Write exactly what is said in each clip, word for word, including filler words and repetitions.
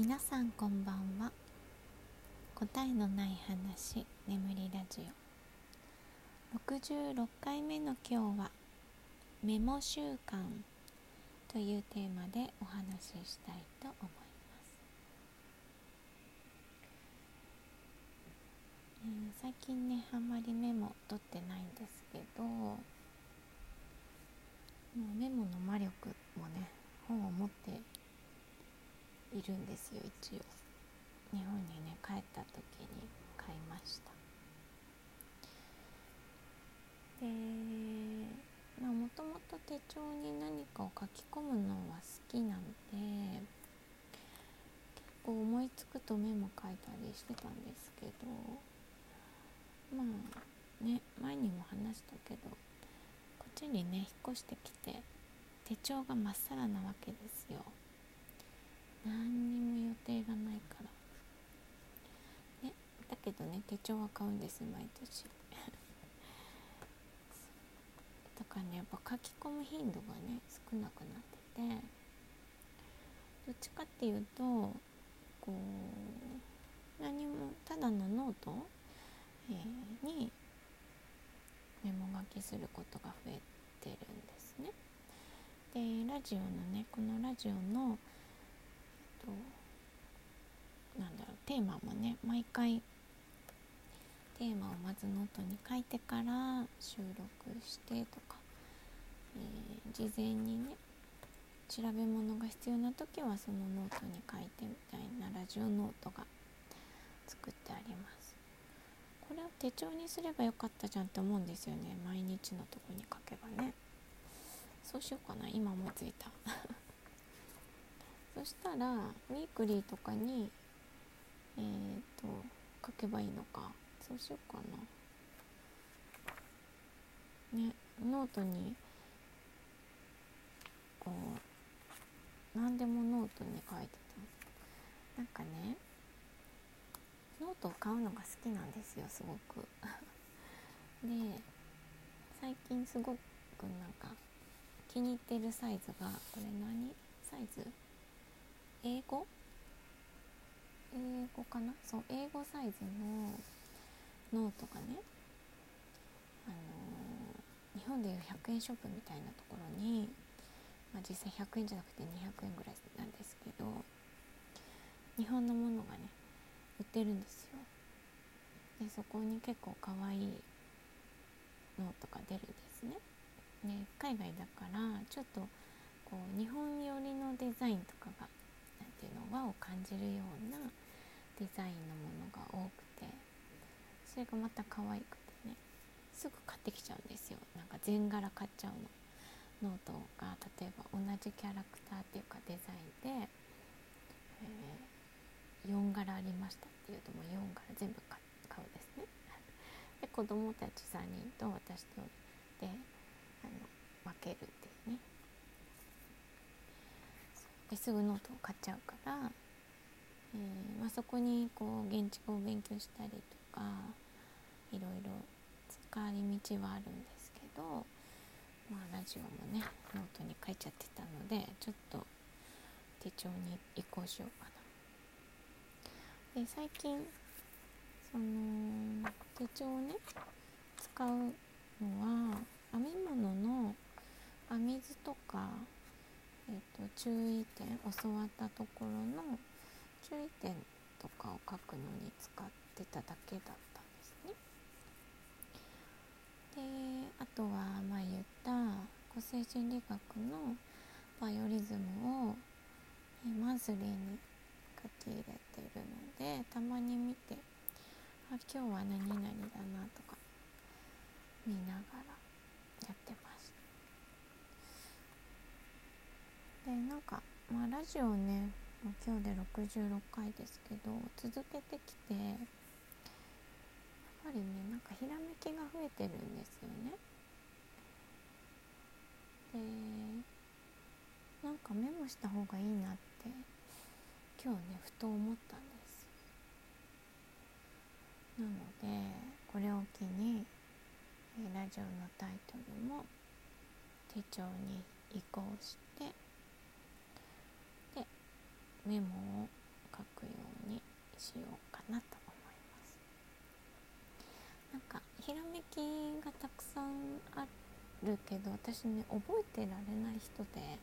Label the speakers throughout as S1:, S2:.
S1: 皆さんこんばんは。答えのない話、眠りラジオろくじゅうろっかいめの今日はメモ習慣というテーマでお話ししたいと思います。うん、最近ねあんまりメモ取ってないんですけど、もうメモの魔力もね本を持っているんですよ。一応日本にね帰った時に買いました。でまあもともと手帳に何かを書き込むのは好きなので、結構思いつくとメモ書いたりしてたんですけど、まあね前にも話したけど、こっちにね引っ越してきて手帳がまっさらなわけですよ。何にも予定がないからね。だけどね手帳は買うんです、毎年だからねやっぱ書き込む頻度がね少なくなってて、どっちかっていうとこう何もただのノート、えー、にメモ書きすることが増えてるんですね。でラジオのねこのラジオの、えっと、なんだろうテーマもね毎回テーマをまずノートに書いてから収録してとか、えー、事前にね調べ物が必要な時はそのノートに書いてみたいなラジオノートが作ってあります。これを手帳にすればよかったじゃんって思うんですよね。毎日のとこに書けばね。そうしようかな、今思いついたそしたらウィークリーとかにえーと書けばいいのか。そうしようかなね。ノートにこう何でもノートに書いてた。なんかねノートを買うのが好きなんですよ、すごくで最近すごくなんか気に入ってるサイズが、これ何サイズ、英語英語かな、そう英語サイズのノートがね、あのー、日本でいうひゃくえんショップみたいなところに、まあ、実際ひゃくえんじゃなくてにひゃくえんぐらいなんですけど、日本のものがね売ってるんですよ。でそこに結構可愛いノートが出るんですね。で海外だからちょっとこう日本寄りのデザインとかがなんていうの和を感じるようなデザインのものが多くて、それがまた可愛くてねすぐ買ってきちゃうんですよ。なんか全柄買っちゃうの。ノートが例えば同じキャラクターっていうかデザインで、えー、よん柄ありましたっていうともうよん柄全部買うですねで子供たちさんにんと私とであの分けるっていうね。ですぐノートを買っちゃうから、えーまあ、そこにこう現地語を勉強したりとかいろいろ使い道はあるんですけど、まあ、ラジオもねノートに書いちゃってたのでちょっと手帳に移行しようかな。で最近その手帳をね使うのは編み物の編み図とか、えー、と注意点、教わったところの注意点とかを書くのに使ってただけだったんですね。であとは前言った個性心理学のバイオリズムをマンスリーに書き入れてるので、たまに見てあ今日は何々だなとか見ながらやってます。でなんか、まあ、ラジオね今日でろくじゅうろっかいですけど続けてきてやっぱりねなんかひらめきが増えてるんですよね。でなんかメモした方がいいなって今日ねふと思ったんです。なのでこれを機にラジオのタイトルも手帳に移行して、でメモを書しようかなと思います。なんかひらめきがたくさんあるけど、私ね覚えてられない人で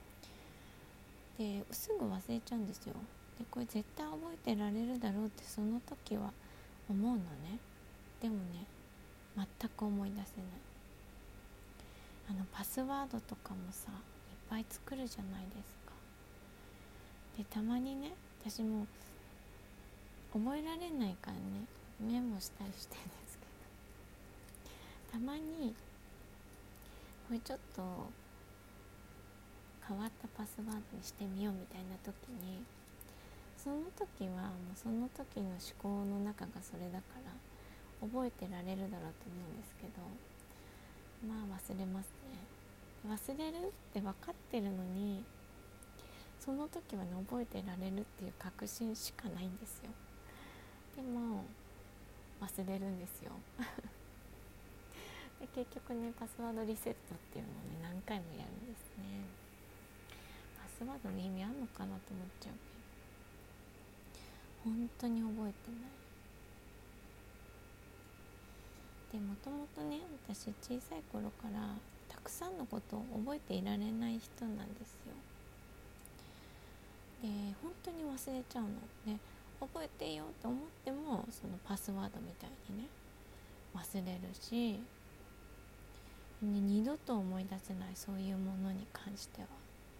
S1: ですぐ忘れちゃうんですよ。でこれ絶対覚えてられるだろうってその時は思うのね。でもね全く思い出せない。あのパスワードとかもさいっぱい作るじゃないですか。でたまにね私も覚えられないからねメモしたりしてるんですけど、たまにこれちょっと変わったパスワードにしてみようみたいな時に、その時はもうその時の思考の中がそれだから覚えてられるだろうと思うんですけど、まあ忘れますね。忘れるって分かってるのにその時はね覚えてられるっていう確信しかないんですよ。でも忘れるんですよで結局ねパスワードリセットっていうのをね何回もやるんですね。パスワードの意味あんのかなと思っちゃうけど本当に覚えてない。でもともとね私小さい頃からたくさんのことを覚えていられない人なんですよ。で本当に忘れちゃうので、覚えてよと思ってもそのパスワードみたいにね忘れるし、二度と思い出せない、そういうものに関しては。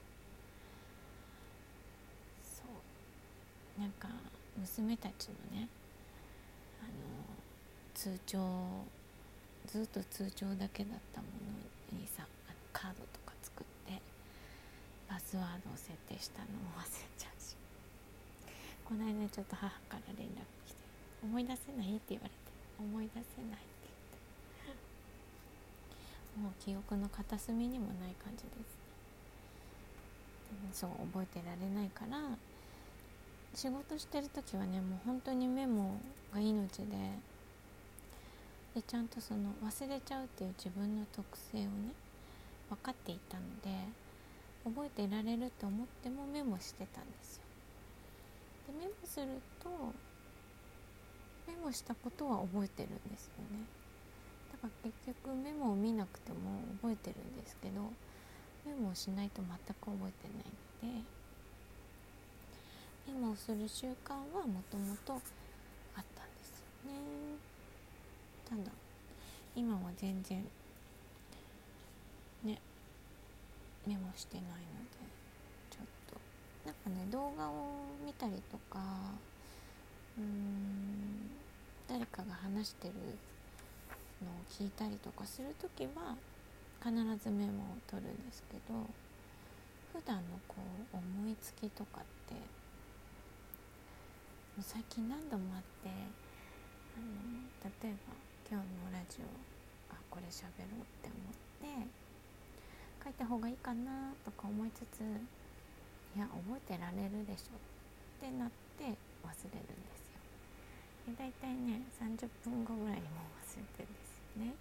S1: そうなんか娘たちのねあの通帳、ずっと通帳だけだったものにさあのカードとか作ってパスワードを設定したのを忘れちゃうし、この間ちょっと母から連絡来て思い出せないって言われて、思い出せないって言ってもう記憶の片隅にもない感じですね。そう覚えてられないから仕事してる時はねもう本当にメモが命で、でちゃんとその忘れちゃうっていう自分の特性をね分かっていたので、覚えていられると思ってもメモしてたんですよ。でメモするとメモしたことは覚えてるんですよね。だから結局メモを見なくても覚えてるんですけど、メモをしないと全く覚えてないので、メモをする習慣はもともとあったんですよね。ただ今は全然ねメモしてないので、ちょっとなんかね動画を見たりとかうーん誰かが話してるのを聞いたりとかするときは必ずメモを取るんですけど、普段のこう思いつきとかってもう最近何度もあって、あの例えば今日のラジオあこれ喋ろうって思って書いた方がいいかなとか思いつつ、いや覚えてられるでしょってなって忘れるんですよ。でだいたいねさんじゅっぷんごぐらいにもう忘れてるんですよね。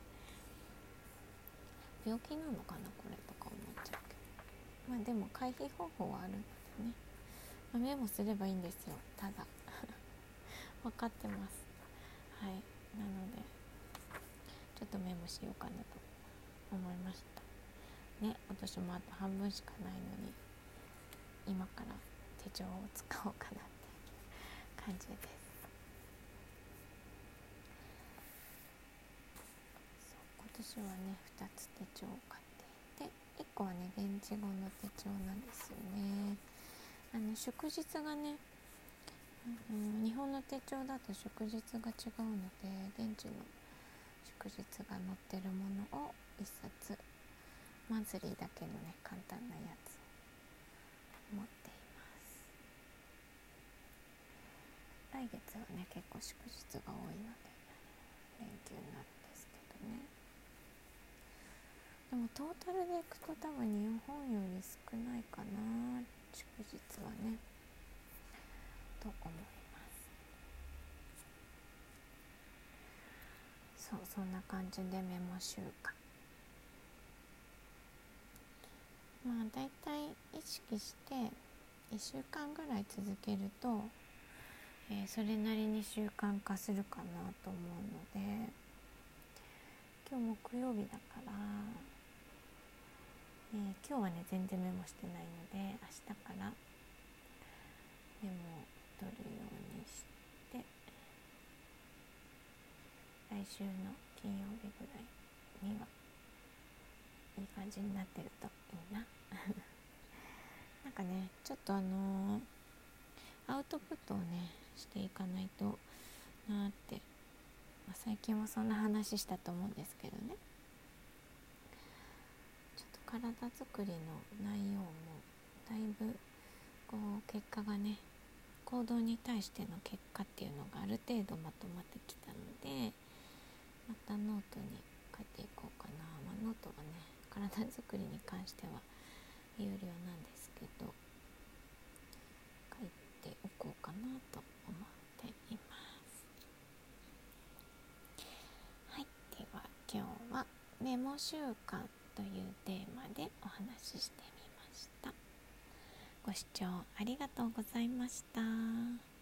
S1: 病気なのかなこれとか思っちゃうけど、まあでも回避方法はあるのでね、まあ、メモすればいいんですよ。ただ分かってます。はい、なのでちょっとメモしようかなと思いましたね。今年もあと半分しかないのに今から手帳を使おうかなっていう感じです。そう今年はねふたつ手帳を買っていて、いっこはね現地語の手帳なんですよね。あの祝日がね、うん、日本の手帳だと祝日が違うので現地の祝日が載ってるものをいっさつマンスリーだけのね簡単なやつを持っています。来月はね結構祝日が多いので連休になるんですけどね。でもトータルでいくと多分日本より少ないかな祝日はねと思います。そうそんな感じでメモ習慣、まあだいたい意識していっしゅうかんぐらい続けるとえー、それなりに習慣化するかなと思うので、今日木曜日だから、えー、今日はね全然メモしてないので、明日からメモを取るようにして、来週の金曜日ぐらいにはいい感じになってるといいななんかねちょっとあのー、アウトプットをねしていかないとなーって、まあ、最近もそんな話したと思うんですけどね、ちょっと体作りの内容もだいぶこう結果がね、行動に対しての結果っていうのがある程度まとまってきたので、またノートに書いていこうかな。まあ、ノートはね体作りに関しては有料なんですけど、書いておこうかなと思っています。はい、では今日はメモ習慣というテーマでお話ししてみました。ご視聴ありがとうございました。